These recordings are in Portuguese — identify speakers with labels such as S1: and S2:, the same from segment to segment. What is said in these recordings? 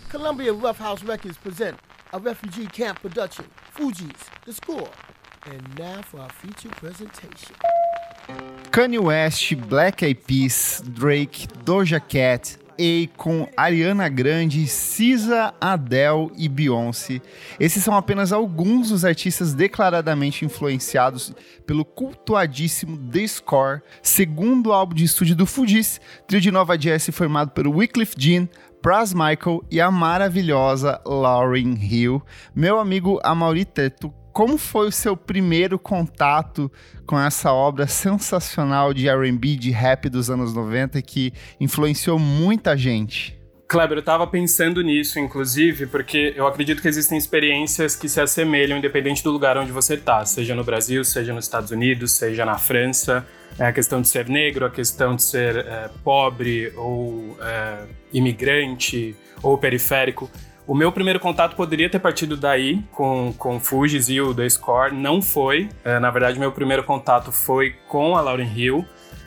S1: Columbia Rough House Records present a refugee camp production, Fugees, The Score. And now for our feature presentation.
S2: Kanye West, Black Eyed Peas, Drake, Doja Cat, Akon, Ariana Grande, SZA, Adele e Beyoncé. Esses são apenas alguns dos artistas declaradamente influenciados pelo cultuadíssimo The Score, segundo álbum de estúdio do Fugees, trio de Nova Jersey formado pelo Wyclef Jean, Pras Michael e a maravilhosa Lauryn Hill. Meu amigo Amaury Teto, como foi o seu primeiro contato com essa obra sensacional de R&B, de rap dos anos 90 que influenciou muita gente?
S3: Kleber, eu tava pensando nisso, inclusive, porque eu acredito que existem experiências que se assemelham independente do lugar onde você tá, seja no Brasil, seja nos Estados Unidos, seja na França. A questão de ser negro, a questão de ser pobre ou imigrante ou periférico. O meu primeiro contato poderia ter partido daí, com Fugees e o The Score. Não foi. Na verdade, meu primeiro contato foi com a Lauryn Hill,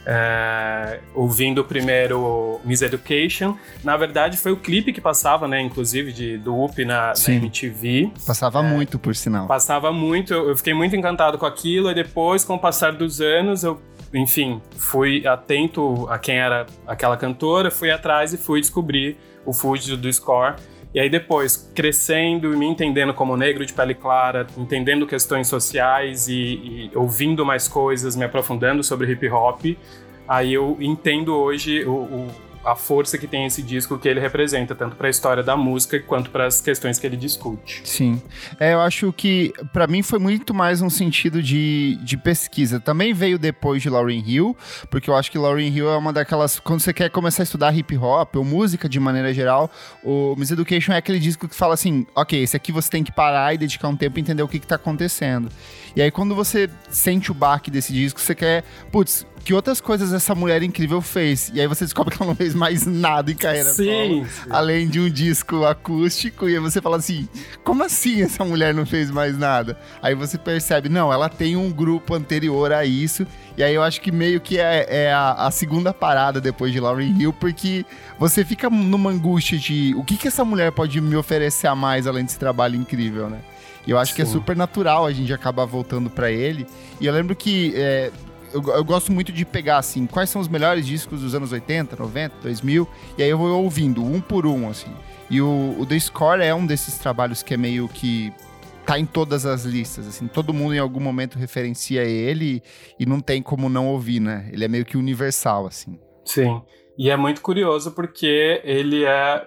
S3: ouvindo primeiro Miss Education. Na verdade, foi o clipe que passava, né, inclusive, do Whoop na MTV.
S2: Passava muito, por sinal.
S3: Passava muito. Eu fiquei muito encantado com aquilo. E depois, com o passar dos anos, eu, enfim, fui atento a quem era aquela cantora, fui atrás e fui descobrir o Fugees do Score. E aí depois, crescendo e me entendendo como negro de pele clara, entendendo questões sociais e ouvindo mais coisas, me aprofundando sobre hip hop, aí eu entendo hoje a força que tem esse disco que ele representa, tanto para a história da música quanto para as questões que ele discute.
S2: Sim. Eu acho que, para mim, foi muito mais um sentido de pesquisa. Também veio depois de Lauryn Hill, porque eu acho que Lauryn Hill é uma daquelas... Quando você quer começar a estudar hip hop ou música de maneira geral, o Miss Education é aquele disco que fala assim, ok, esse aqui você tem que parar e dedicar um tempo e entender o que tá acontecendo. E aí, quando você sente o baque desse disco, você quer... Putz, que outras coisas essa mulher incrível fez? E aí você descobre que ela não fez mais nada em carreira solo, além de um disco acústico, e aí você fala assim, como assim essa mulher não fez mais nada? Aí você percebe, não, ela tem um grupo anterior a isso, e aí eu acho que meio que é a segunda parada depois de Lauryn Hill, porque você fica numa angústia de o que essa mulher pode me oferecer a mais além desse trabalho incrível, né? E eu acho que é super natural a gente acabar voltando pra ele, e eu lembro que... Eu gosto muito de pegar, assim, quais são os melhores discos dos anos 80, 90, 2000, e aí eu vou ouvindo, um por um, assim. E o The Score é um desses trabalhos que é meio que tá em todas as listas, assim, todo mundo em algum momento referencia ele e não tem como não ouvir, né? Ele é meio que universal, assim.
S3: Sim, e é muito curioso porque ele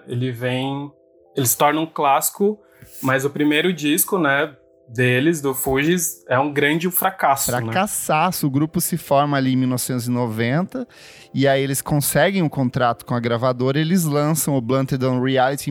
S3: se torna um clássico, mas o primeiro disco, né, deles, do Fugees, é um grande fracasso.
S2: Fracassaço. Né? O grupo se forma ali em 1990 e aí eles conseguem um contrato com a gravadora, eles lançam o Blunted on Reality em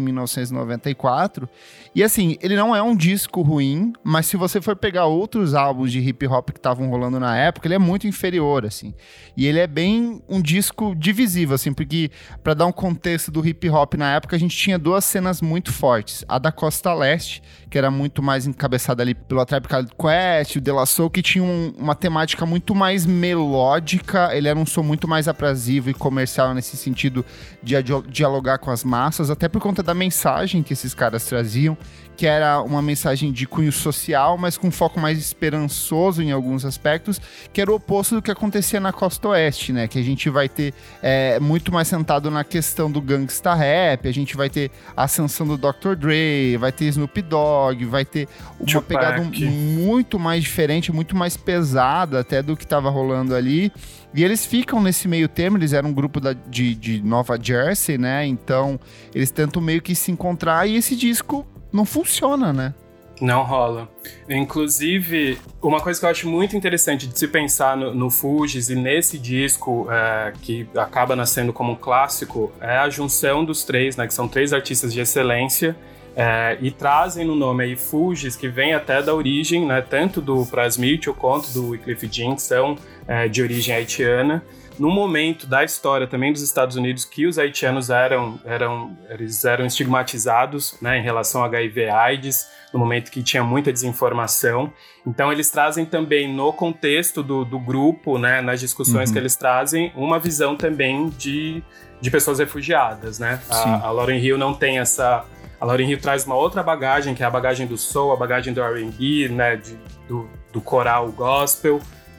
S2: 1994 e assim, ele não é um disco ruim, mas se você for pegar outros álbuns de hip hop que estavam rolando na época, ele é muito inferior, assim. E ele é bem um disco divisível, assim, porque pra dar um contexto do hip hop na época, a gente tinha duas cenas muito fortes. A da Costa Leste, que era muito mais encabeçada ali pelo A Tribe Called Quest, o De La Soul, que tinha uma temática muito mais melódica, ele era um som muito mais aprazível e comercial nesse sentido de dialogar com as massas, até por conta da mensagem que esses caras traziam, que era uma mensagem de cunho social, mas com foco mais esperançoso em alguns aspectos, que era o oposto do que acontecia na Costa Oeste, né? Que a gente vai ter muito mais sentado na questão do gangsta rap, a gente vai ter a ascensão do Dr. Dre, vai ter Snoop Dogg, vai ter uma pegada muito mais diferente, muito mais pesada até do que estava rolando ali. E eles ficam nesse meio termo, eles eram um grupo de Nova Jersey, né? Então, eles tentam meio que se encontrar e esse disco não funciona, né?
S3: Não rola. Inclusive, uma coisa que eu acho muito interessante de se pensar no Fugees e nesse disco, que acaba nascendo como um clássico, é a junção dos três, né? Que são três artistas de excelência, e trazem no nome aí Fugees, que vem até da origem, né? Tanto do Pras Mitchell quanto do Wyclef Jean, que são de origem haitiana. No momento da história também dos Estados Unidos, que os haitianos eram estigmatizados, né, em relação ao HIV/AIDS, no momento que tinha muita desinformação. Então eles trazem também no contexto do grupo, né, nas discussões que eles trazem, uma visão também de pessoas refugiadas, né? A Lauryn Hill não tem essa A Lauryn Hill traz uma outra bagagem, que é a bagagem do soul, a bagagem do R&B, né, do coral gospel.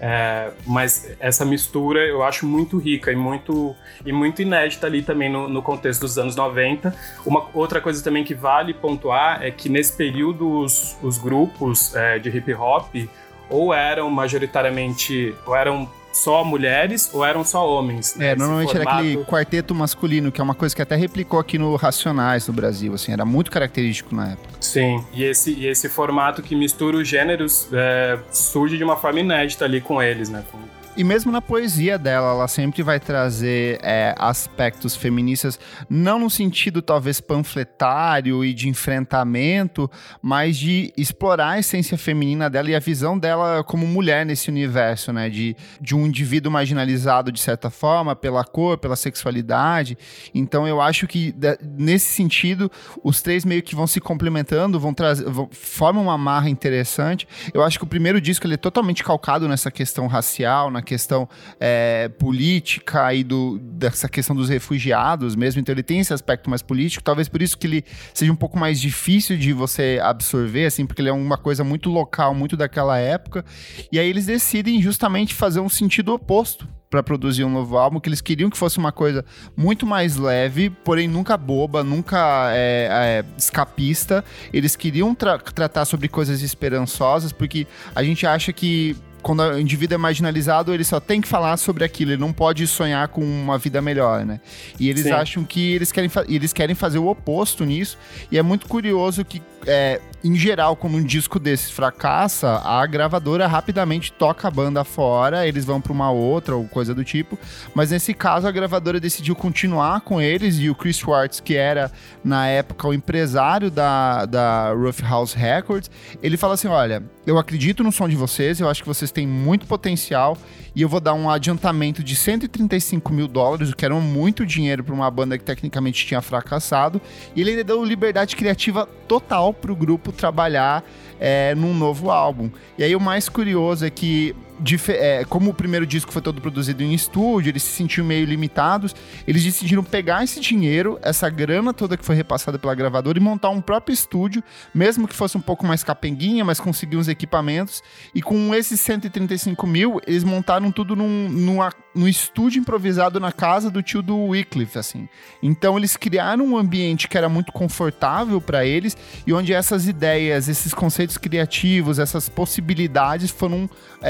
S3: Mas essa mistura eu acho muito rica e muito inédita ali também no contexto dos anos 90. Uma outra coisa também que vale pontuar é que nesse período os grupos de hip hop ou eram majoritariamente, ou eram só mulheres ou eram só homens. Né?
S2: Normalmente era aquele quarteto masculino, que é uma coisa que até replicou aqui no Racionais no Brasil, assim, era muito característico na época.
S3: Sim, e esse formato que mistura os gêneros surge de uma forma inédita ali com eles, né?
S2: E mesmo na poesia dela, ela sempre vai trazer aspectos feministas, não no sentido talvez panfletário e de enfrentamento, mas de explorar a essência feminina dela e a visão dela como mulher nesse universo, né? De um indivíduo marginalizado de certa forma, pela cor, pela sexualidade. Então eu acho que nesse sentido, os três meio que vão se complementando, formam uma amarra interessante. Eu acho que o primeiro disco ele é totalmente calcado nessa questão racial, na questão política e dessa questão dos refugiados mesmo, então ele tem esse aspecto mais político, talvez por isso que ele seja um pouco mais difícil de você absorver, assim, porque ele é uma coisa muito local, muito daquela época, e aí eles decidem justamente fazer um sentido oposto para produzir um novo álbum, que eles queriam que fosse uma coisa muito mais leve, porém nunca boba, nunca escapista. Eles queriam tratar sobre coisas esperançosas, porque a gente acha que quando o indivíduo é marginalizado, ele só tem que falar sobre aquilo, ele não pode sonhar com uma vida melhor, né? E eles acham que eles querem fazer o oposto nisso, e é muito curioso que, em geral, quando um disco desses fracassa, a gravadora rapidamente toca a banda fora, eles vão para uma outra ou coisa do tipo, mas nesse caso a gravadora decidiu continuar com eles, e o Chris Schwartz, que era, na época, o empresário da Rough House Records, ele fala assim, olha, eu acredito no som de vocês, eu acho que vocês têm muito potencial e eu vou dar um adiantamento de $135 mil, o que era muito dinheiro para uma banda que tecnicamente tinha fracassado, e ele ainda deu liberdade criativa total para o grupo trabalhar num novo álbum. E aí o mais curioso é que como o primeiro disco foi todo produzido em estúdio, eles se sentiam meio limitados, eles decidiram pegar esse dinheiro, essa grana toda que foi repassada pela gravadora e montar um próprio estúdio, mesmo que fosse um pouco mais capenguinha, mas conseguir uns equipamentos, e com esses 135 mil, eles montaram tudo num estúdio improvisado na casa do tio do Wycliffe, assim. Então eles criaram um ambiente que era muito confortável para eles, e onde essas ideias, esses conceitos criativos, essas possibilidades foram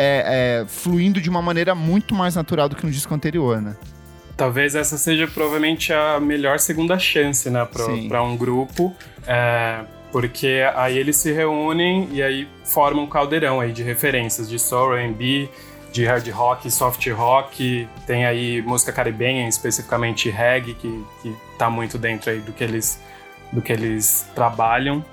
S2: fluindo de uma maneira muito mais natural do que no disco anterior, né?
S3: Talvez essa seja provavelmente a melhor segunda chance, né, para um grupo, porque aí eles se reúnem e aí formam um caldeirão aí de referências de soul, R&B, de hard rock, soft rock, tem aí música caribenha, especificamente reggae, que tá muito dentro aí do que eles trabalham,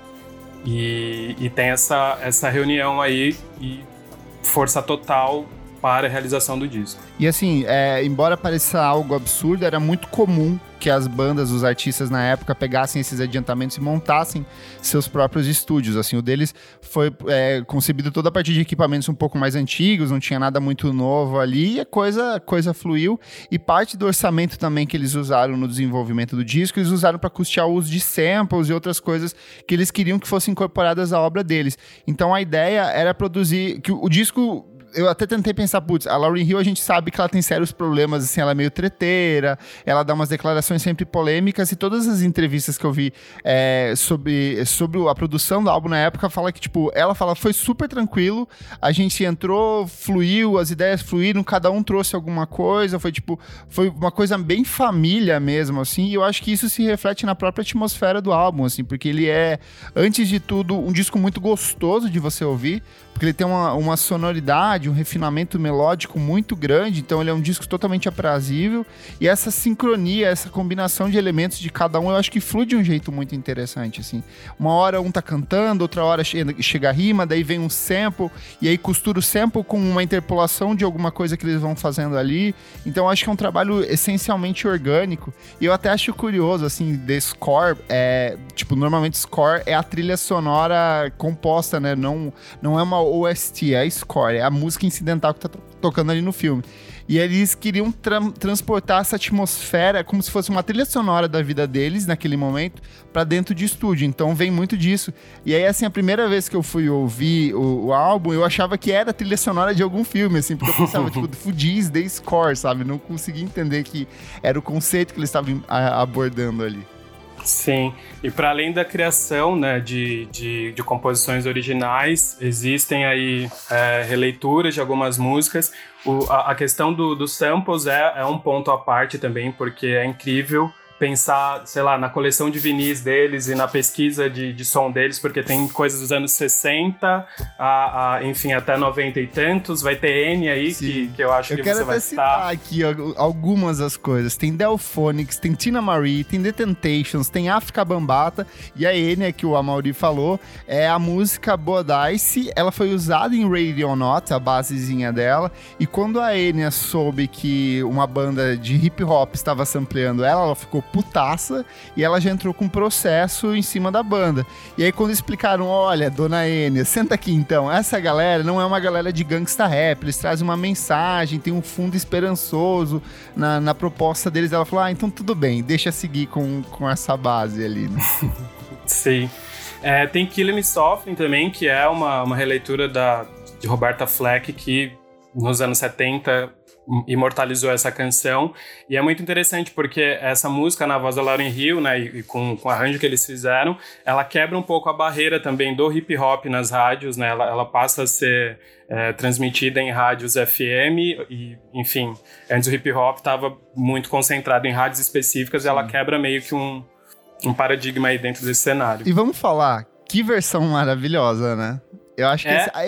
S3: e tem essa reunião aí e força total para a realização do disco.
S2: E assim, embora pareça algo absurdo, era muito comum que as bandas, os artistas na época pegassem esses adiantamentos e montassem seus próprios estúdios. Assim, o deles foi concebido toda a partir de equipamentos um pouco mais antigos, não tinha nada muito novo ali, e a coisa fluiu. E parte do orçamento também que eles usaram no desenvolvimento do disco, eles usaram para custear o uso de samples e outras coisas que eles queriam que fossem incorporadas à obra deles. Então a ideia era produzir, que o disco... Eu até tentei pensar, putz, a Lauryn Hill a gente sabe que ela tem sérios problemas, assim, ela é meio treteira, ela dá umas declarações sempre polêmicas, e todas as entrevistas que eu vi sobre a produção do álbum na época, fala que, tipo, ela fala, foi super tranquilo, a gente entrou, fluiu, as ideias fluíram, cada um trouxe alguma coisa, foi uma coisa bem família mesmo, assim, e eu acho que isso se reflete na própria atmosfera do álbum, assim, porque ele é, antes de tudo, um disco muito gostoso de você ouvir, porque ele tem uma sonoridade, um refinamento melódico muito grande, então ele é um disco totalmente aprazível, e essa sincronia, essa combinação de elementos de cada um, eu acho que flui de um jeito muito interessante, assim. Uma hora um tá cantando, outra hora chega a rima, daí vem um sample, e aí costura o sample com uma interpolação de alguma coisa que eles vão fazendo ali, então eu acho que é um trabalho essencialmente orgânico, e eu até acho curioso, assim, The Score, normalmente Score é a trilha sonora composta, né, não é uma OST, é a score, é a música incidental que tá tocando ali no filme. E eles queriam transportar essa atmosfera como se fosse uma trilha sonora da vida deles naquele momento pra dentro de estúdio. Então vem muito disso. E aí, assim, a primeira vez que eu fui ouvir o álbum, eu achava que era a trilha sonora de algum filme, assim, porque eu pensava, tipo, do Fugees, The Score, sabe? Não conseguia entender que era o conceito que eles estavam abordando ali.
S3: Sim, e para além da criação, né, de composições originais, existem aí releituras de algumas músicas. A questão dos samples é um ponto à parte também, porque é incrível pensar, sei lá, na coleção de vinis deles e na pesquisa de som deles, porque tem coisas dos anos 60, enfim, até 90 e tantos, vai ter N aí que eu acho que você vai citar.
S2: Aqui algumas das coisas. Tem Delphonics, tem Tina Marie, tem The Temptations, tem África Bambata, e a Enya, que o Amaury falou, é a música Bodice. Ela foi usada em Radio or Not, a basezinha dela, e quando a Enya soube que uma banda de hip hop estava sampleando ela ficou putaça, e ela já entrou com um processo em cima da banda. E aí quando explicaram, olha, dona Enya, senta aqui então, essa galera não é uma galera de gangsta rap, eles trazem uma mensagem, tem um fundo esperançoso na proposta deles. Ela falou, então tudo bem, deixa seguir com essa base ali, né?
S3: Sim. Tem Killing Me Softly também, que é uma releitura de Roberta Fleck, que nos anos 70 imortalizou essa canção, e é muito interessante porque essa música na voz da Lauryn Hill, né, e com o arranjo que eles fizeram, ela quebra um pouco a barreira também do hip hop nas rádios, né, ela passa a ser transmitida em rádios FM, e enfim, antes o hip hop estava muito concentrado em rádios específicas. Sim. E ela quebra meio que um paradigma aí dentro desse cenário.
S2: E vamos falar, que versão maravilhosa, né? Eu acho que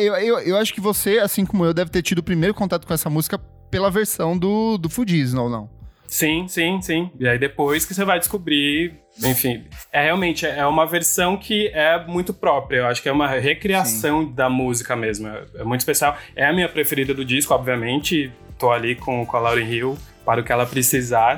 S2: eu acho que você, assim como eu, deve ter tido o primeiro contato com essa música pela versão do Fugees, não?
S3: Sim. E aí depois que você vai descobrir, enfim, realmente uma versão que é muito própria. Eu acho que é uma recriação Sim. da música mesmo. É muito especial. É a minha preferida do disco, obviamente. Tô ali com a Lauryn Hill para o que ela precisar.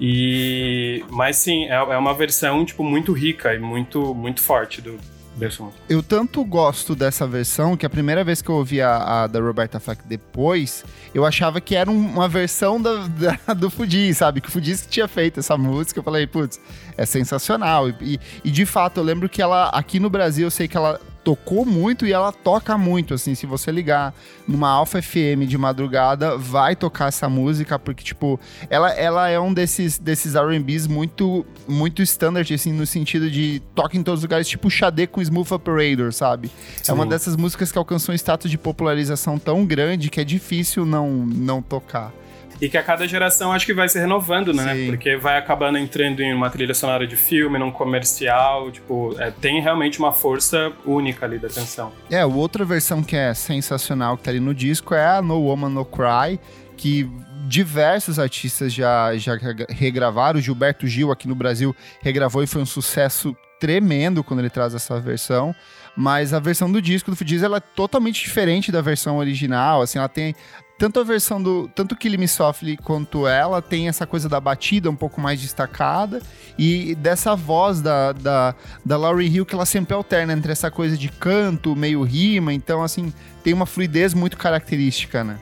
S3: Mas sim, é uma versão tipo, muito rica e muito, muito forte do som.
S2: Eu tanto gosto dessa versão que a primeira vez que eu ouvi a da Roberta Fleck depois, eu achava que era uma versão do Fugees, sabe? Que o Fugees tinha feito essa música. Eu falei, putz, é sensacional. E de fato, eu lembro que ela, aqui no Brasil, eu sei que ela tocou muito e ela toca muito, assim, se você ligar numa Alpha FM de madrugada, vai tocar essa música, porque, tipo, ela é um desses R&Bs muito, muito standard, assim, no sentido de toca em todos os lugares, tipo Xadê com Smooth Operator, sabe? Sim. É uma dessas músicas que alcançou um status de popularização tão grande que é difícil não tocar.
S3: E que a cada geração acho que vai se renovando, né? Sim. Porque vai acabando entrando em uma trilha sonora de filme, num comercial, tipo, tem realmente uma força única ali da canção.
S2: Outra versão que é sensacional que tá ali no disco é a No Woman No Cry, que diversos artistas já regravaram. O Gilberto Gil aqui no Brasil regravou e foi um sucesso tremendo quando ele traz essa versão. Mas a versão do disco do Fugees, ela é totalmente diferente da versão original, assim, ela tem tanto a versão tanto Killing Me Softly quanto ela tem essa coisa da batida um pouco mais destacada e dessa voz da Lauryn Hill, que ela sempre alterna entre essa coisa de canto, meio rima, então assim, tem uma fluidez muito característica, né?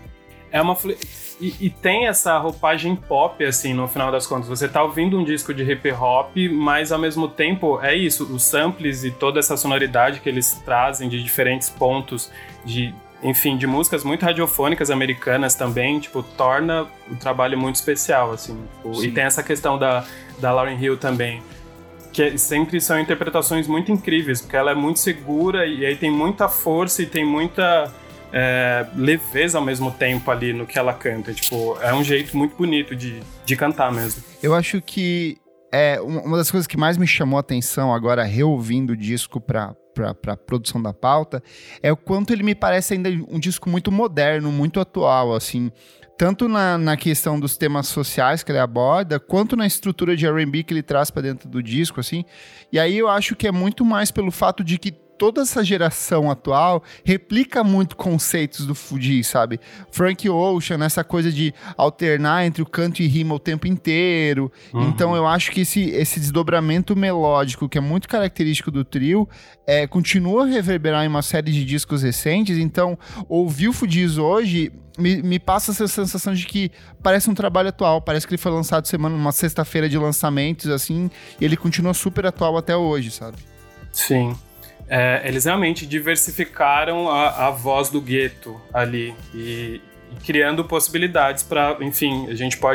S3: E tem essa roupagem pop, assim, no final das contas. Você tá ouvindo um disco de hip hop, mas ao mesmo tempo é isso, os samples e toda essa sonoridade que eles trazem de diferentes pontos de músicas muito radiofônicas americanas também, tipo, torna o trabalho muito especial, assim. E tem essa questão da Lauryn Hill também, que sempre são interpretações muito incríveis, porque ela é muito segura e aí tem muita força e tem muita leveza ao mesmo tempo ali no que ela canta. Tipo, é um jeito muito bonito de cantar mesmo.
S2: Eu acho que uma das coisas que mais me chamou a atenção agora, reouvindo o disco pra produção da pauta, é o quanto ele me parece ainda um disco muito moderno, muito atual, assim, tanto na questão dos temas sociais que ele aborda, quanto na estrutura de R&B que ele traz para dentro do disco, assim, e aí eu acho que é muito mais pelo fato de que toda essa geração atual replica muito conceitos do Fugees, sabe? Frank Ocean, essa coisa de alternar entre o canto e rima o tempo inteiro. Uhum. Então eu acho que esse desdobramento melódico, que é muito característico do trio, continua a reverberar em uma série de discos recentes, então ouvir o Fugees hoje me passa essa sensação de que parece um trabalho atual, parece que ele foi lançado uma sexta-feira de lançamentos, assim, e ele continua super atual até hoje, sabe? Sim.
S3: Eles realmente diversificaram a voz do gueto ali e criando possibilidades para, enfim,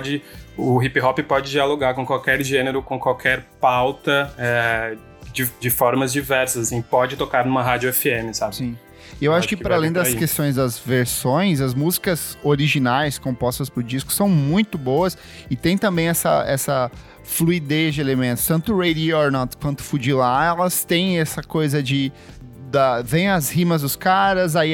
S3: o hip hop pode dialogar com qualquer gênero, com qualquer pauta, de formas diversas, assim, pode tocar numa rádio FM, sabe?
S2: Sim. E eu acho que para além das questões das versões, as músicas originais compostas pro disco são muito boas e tem também essa fluidez de elementos. Tanto Ready or Not quanto Fugees lá, elas têm essa coisa de... vem as rimas dos caras, aí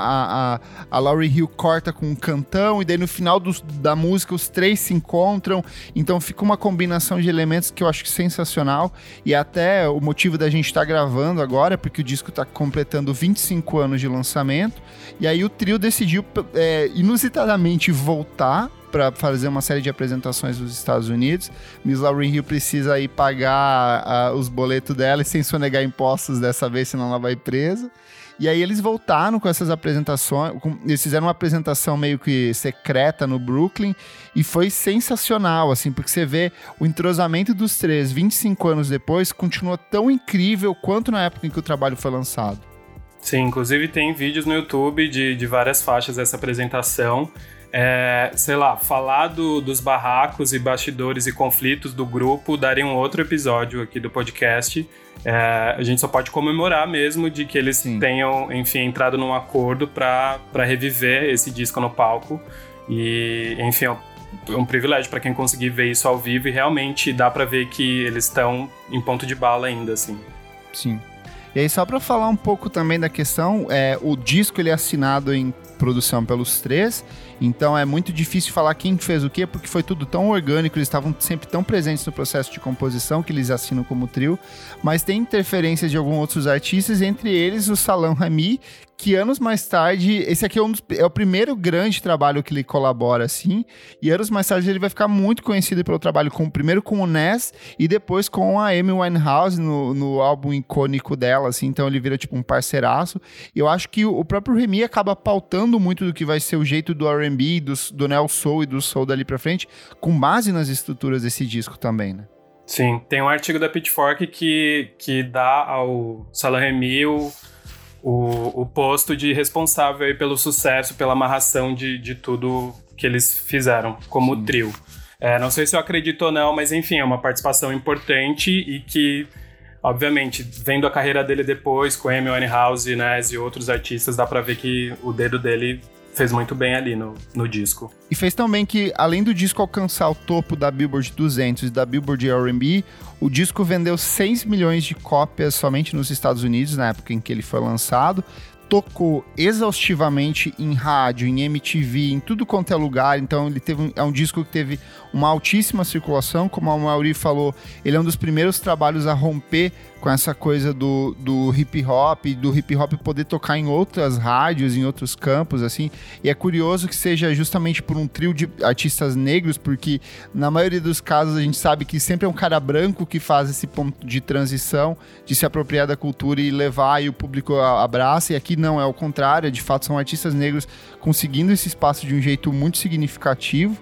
S2: a Lauryn Hill corta com um cantão, e daí no final da música os três se encontram, então fica uma combinação de elementos que eu acho sensacional, e até o motivo da gente estar gravando agora, porque o disco está completando 25 anos de lançamento, e aí o trio decidiu inusitadamente voltar para fazer uma série de apresentações nos Estados Unidos. Miss Lauryn Hill precisa aí pagar os boletos dela e sem sonegar impostos dessa vez, senão ela vai presa. E aí eles voltaram com essas apresentações, eles fizeram uma apresentação meio que secreta no Brooklyn e foi sensacional, assim, porque você vê o entrosamento dos três 25 anos depois continua tão incrível quanto na época em que o trabalho foi lançado.
S3: Sim, inclusive tem vídeos no YouTube de várias faixas dessa apresentação. Sei lá, falar dos barracos e bastidores e conflitos do grupo daria um outro episódio aqui do podcast. A gente só pode comemorar mesmo de que eles tenham, enfim, entrado num acordo para reviver esse disco no palco. E, enfim, é um privilégio para quem conseguir ver isso ao vivo e realmente dá para ver que eles estão em ponto de bala ainda, assim.
S2: Sim. E aí, só para falar um pouco também da questão, o disco ele é assinado em produção pelos três, então é muito difícil falar quem fez o quê, porque foi tudo tão orgânico, eles estavam sempre tão presentes no processo de composição que eles assinam como trio, mas tem interferências de alguns outros artistas, entre eles o Salaam Remi, que anos mais tarde, esse aqui é o primeiro grande trabalho que ele colabora, assim, e anos mais tarde ele vai ficar muito conhecido pelo trabalho primeiro com o Nas e depois com a Amy Winehouse no álbum icônico dela, assim, então ele vira tipo um parceiraço. E eu acho que o próprio Remi acaba pautando muito do que vai ser o jeito do R&B, do neo soul e do soul dali pra frente, com base nas estruturas desse disco também, né?
S3: Sim, tem um artigo da Pitchfork que dá ao Salaam Remi o posto de responsável aí pelo sucesso, pela amarração de tudo que eles fizeram como trio. Não sei se eu acredito ou não, mas enfim, é uma participação importante e que, obviamente, vendo a carreira dele depois, com Amy Winehouse, Nas e outros artistas, dá pra ver que o dedo dele fez muito bem ali no disco.
S2: E fez também que, além do disco alcançar o topo da Billboard 200 e da Billboard R&B, o disco vendeu 6 milhões de cópias somente nos Estados Unidos, na época em que ele foi lançado. Tocou exaustivamente em rádio, em MTV, em tudo quanto é lugar, então ele é um disco que teve uma altíssima circulação, como a Mauri falou, ele é um dos primeiros trabalhos a romper com essa coisa do hip hop poder tocar em outras rádios, em outros campos, assim, e é curioso que seja justamente por um trio de artistas negros, porque na maioria dos casos a gente sabe que sempre é um cara branco que faz esse ponto de transição, de se apropriar da cultura e levar, e o público abraça, e aqui não, é o contrário, de fato são artistas negros conseguindo esse espaço de um jeito muito significativo.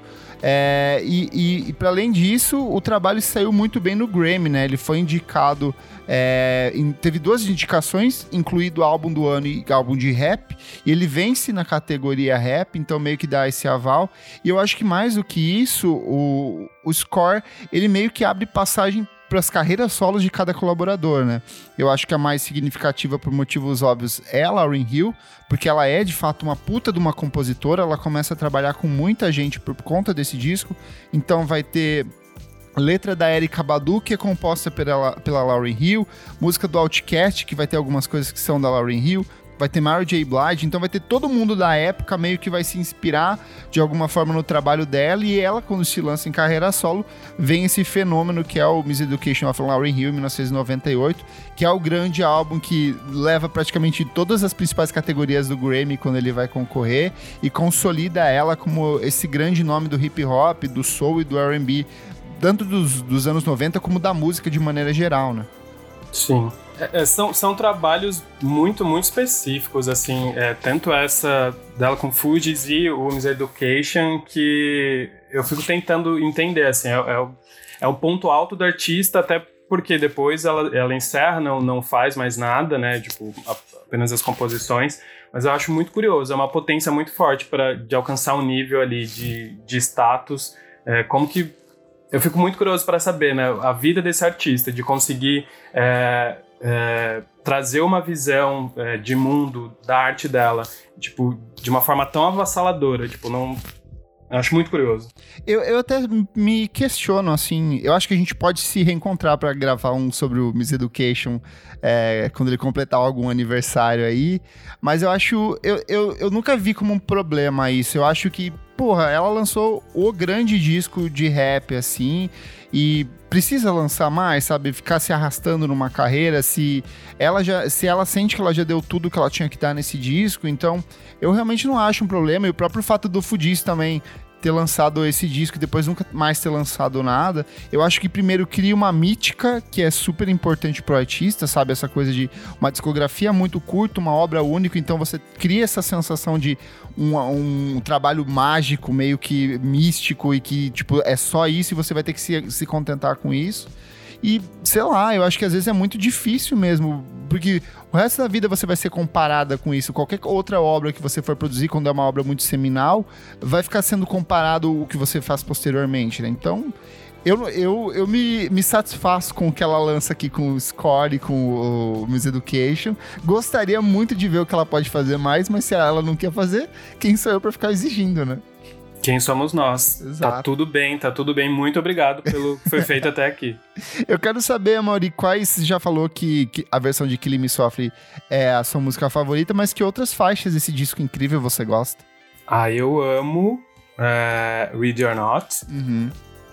S2: E para além disso, o trabalho saiu muito bem no Grammy, né? Ele foi indicado, teve 2 indicações, incluído álbum do ano e álbum de rap, e ele vence na categoria rap, então meio que dá esse aval. E eu acho que mais do que isso, o score, ele meio que abre passagem para as carreiras solos de cada colaborador, né? Eu acho que a mais significativa, por motivos óbvios, é a Lauryn Hill, porque ela é, de fato, uma puta de uma compositora, ela começa a trabalhar com muita gente por conta desse disco, então vai ter letra da Erykah Badu, que é composta pela Lauryn Hill, música do Outkast, que vai ter algumas coisas que são da Lauryn Hill, vai ter Mary J. Blige, então vai ter todo mundo da época meio que vai se inspirar de alguma forma no trabalho dela, e ela, quando se lança em carreira solo, vem esse fenômeno que é o Miseducation of Lauryn Hill, em 1998, que é o grande álbum que leva praticamente todas as principais categorias do Grammy quando ele vai concorrer, e consolida ela como esse grande nome do hip hop, do soul e do R&B, tanto dos anos 90 como da música de maneira geral, né?
S3: Sim. São trabalhos muito, muito específicos, assim, tanto essa dela com Fugees e o Miseducation, que eu fico tentando entender, assim, é o ponto alto do artista, até porque depois ela encerra, não faz mais nada, né, tipo, apenas as composições, mas eu acho muito curioso, é uma potência muito forte de alcançar um nível ali de status, como que... Eu fico muito curioso para saber, né, a vida desse artista, de conseguir trazer uma visão de mundo da arte dela, tipo, de uma forma tão avassaladora, tipo, não... Eu acho muito curioso.
S2: Eu até me questiono, assim, eu acho que a gente pode se reencontrar para gravar um sobre o Miseducation quando ele completar algum aniversário aí, mas eu acho, eu nunca vi como um problema isso, eu acho que, porra, ela lançou o grande disco de rap, assim, e precisa lançar mais, sabe? Ficar se arrastando numa carreira, se ela sente que ela já deu tudo que ela tinha que dar nesse disco, então eu realmente não acho um problema, e o próprio fato do Fugees também ter lançado esse disco e depois nunca mais ter lançado nada, eu acho que primeiro cria uma mítica que é super importante pro artista, sabe? Essa coisa de uma discografia muito curta, uma obra única, então você cria essa sensação de um trabalho mágico, meio que místico e que, tipo, é só isso e você vai ter que se contentar com isso. E, sei lá, eu acho que às vezes é muito difícil mesmo, porque o resto da vida você vai ser comparada com isso. Qualquer outra obra que você for produzir, quando é uma obra muito seminal, vai ficar sendo comparado o que você faz posteriormente, né? Então, eu me satisfaço com o que ela lança aqui com o Score e com o Miseducation. Gostaria muito de ver o que ela pode fazer mais, mas se ela não quer fazer, quem sou eu pra ficar exigindo, né?
S3: Quem somos nós?
S2: Exato.
S3: Tá tudo bem. Muito obrigado pelo que foi feito até aqui.
S2: Eu quero saber, Amaury, quais... Você já falou que a versão de Killing Me Softly é a sua música favorita, mas que outras faixas desse disco incrível você gosta?
S3: Eu amo Ready or Not.
S2: Uhum.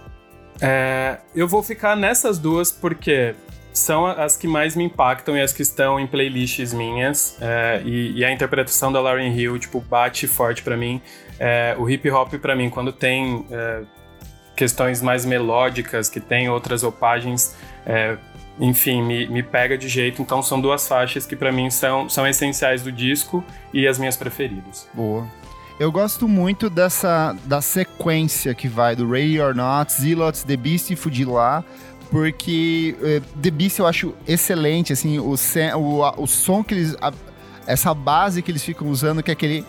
S3: Eu vou ficar nessas duas porque são as que mais me impactam e as que estão em playlists minhas. E a interpretação da Lauryn Hill, tipo, bate forte pra mim. O hip hop pra mim, quando tem questões mais melódicas, que tem outras roupagens, enfim, me pega de jeito. Então são duas faixas que pra mim são essenciais do disco e as minhas preferidas.
S2: Boa. Eu gosto muito da sequência que vai do Ready or Not, Zealots, The Beast e Fujila, porque The Beast eu acho excelente, assim, o som que eles... essa base que eles ficam usando, que é aquele...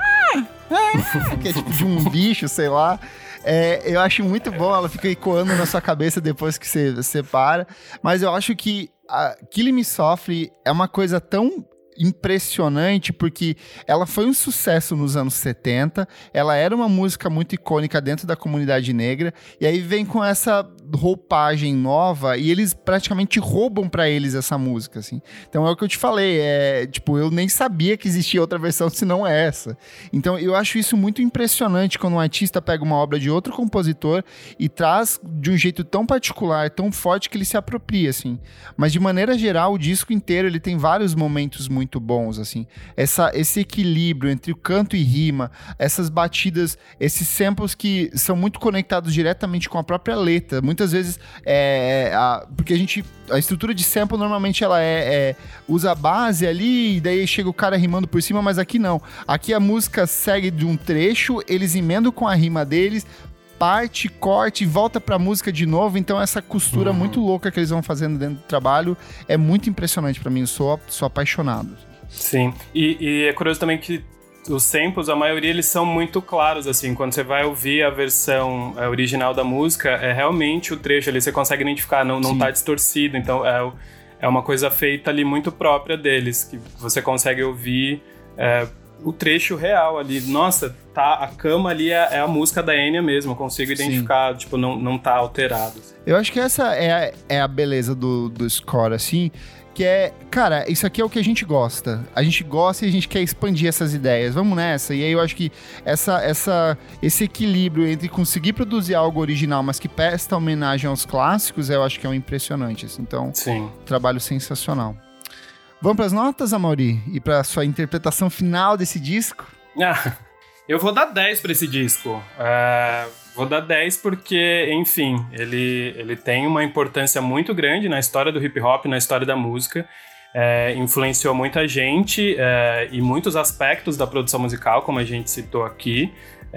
S2: que é tipo de um bicho, sei lá. Eu acho muito bom, ela fica ecoando na sua cabeça depois que você para. Mas eu acho que Killing Me Softly é uma coisa tão impressionante, porque ela foi um sucesso nos anos 70, ela era uma música muito icônica dentro da comunidade negra, e aí vem com essa roupagem nova, e eles praticamente roubam pra eles essa música, assim. Então é o que eu te falei, tipo, eu nem sabia que existia outra versão senão essa. Então eu acho isso muito impressionante quando um artista pega uma obra de outro compositor e traz de um jeito tão particular, tão forte que ele se apropria, assim. Mas de maneira geral, o disco inteiro, ele tem vários momentos muito bons, assim. Esse equilíbrio entre o canto e rima, essas batidas, esses samples que são muito conectados diretamente com a própria letra. Muitas vezes, porque a estrutura de sample normalmente ela usa a base ali e daí chega o cara rimando por cima, mas aqui não. Aqui a música segue de um trecho, eles emendam com a rima deles, parte, corte, volta pra música de novo. Então essa costura muito louca que eles vão fazendo dentro do trabalho é muito impressionante pra mim. Eu sou apaixonado.
S3: Sim, e é curioso também que os samples, a maioria, eles são muito claros, assim, quando você vai ouvir a versão original da música, realmente o trecho ali, você consegue identificar, não tá distorcido, então é uma coisa feita ali muito própria deles, que você consegue ouvir o trecho real ali. Nossa, a cama ali é a música da Enya mesmo, eu consigo identificar, sim. Tipo, não tá alterado.
S2: Eu acho que essa é a beleza do score, assim, que cara, isso aqui é o que a gente gosta. A gente gosta e a gente quer expandir essas ideias. Vamos nessa. E aí eu acho que esse equilíbrio entre conseguir produzir algo original, mas que presta homenagem aos clássicos, eu acho que é um impressionante. Assim. Então, sim. Trabalho sensacional. Vamos para as notas, Amaury? E para sua interpretação final desse disco?
S3: Eu vou dar 10 para esse disco. Vou dar 10 porque, enfim, ele tem uma importância muito grande na história do hip hop, na história da música. Influenciou muita gente e muitos aspectos da produção musical, como a gente citou aqui.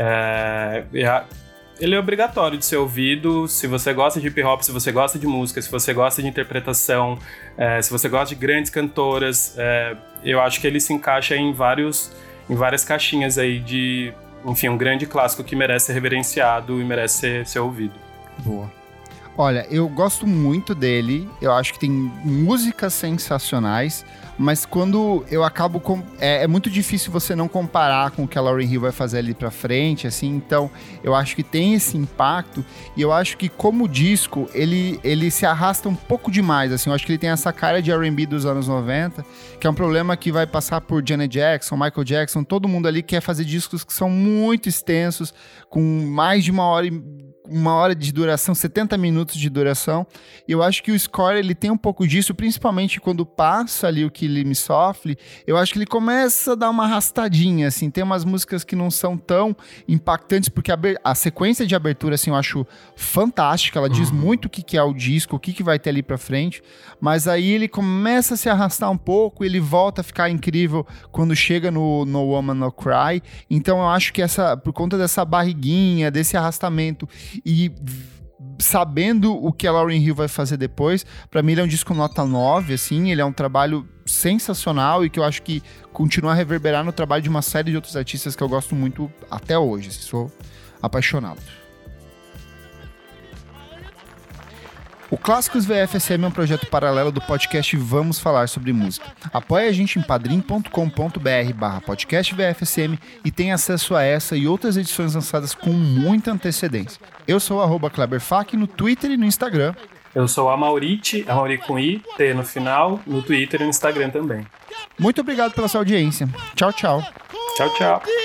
S3: Ele é obrigatório de ser ouvido. Se você gosta de hip hop, se você gosta de música, se você gosta de interpretação, se você gosta de grandes cantoras, eu acho que ele se encaixa em várias caixinhas aí de, enfim, um grande clássico que merece ser reverenciado e merece ser ouvido.
S2: Boa. Olha, eu gosto muito dele, eu acho que tem músicas sensacionais, mas quando eu acabo é muito difícil você não comparar com o que a Lauryn Hill vai fazer ali pra frente, assim, então eu acho que tem esse impacto, e eu acho que como disco, ele se arrasta um pouco demais, assim, eu acho que ele tem essa cara de R&B dos anos 90, que é um problema que vai passar por Janet Jackson, Michael Jackson, todo mundo ali quer fazer discos que são muito extensos, com mais de uma hora de duração, 70 minutos de duração. Eu acho que o score, ele tem um pouco disso, principalmente quando passa ali o Kill Me Softly, eu acho que ele começa a dar uma arrastadinha, assim, tem umas músicas que não são tão impactantes, porque a sequência de abertura, assim, eu acho fantástica, ela diz muito o que é o disco, o que vai ter ali pra frente, mas aí ele começa a se arrastar um pouco, ele volta a ficar incrível quando chega no No Woman No Cry, então eu acho que por conta dessa barriguinha, desse arrastamento, e sabendo o que a Lauryn Hill vai fazer depois, pra mim ele é um disco nota 9, assim, ele é um trabalho sensacional e que eu acho que continua a reverberar no trabalho de uma série de outros artistas que eu gosto muito até hoje, sou apaixonado. O Clássicos VFSM é um projeto paralelo do podcast Vamos Falar Sobre Música. Apoie a gente em padrim.com.br/podcast VFSM e tem acesso a essa e outras edições lançadas com muita antecedência. Eu sou o @KleberFak no Twitter e no Instagram.
S3: Eu sou a Mauriti com I, T no final, no Twitter e no Instagram também.
S2: Muito obrigado pela sua audiência. Tchau, tchau.
S3: Tchau, tchau.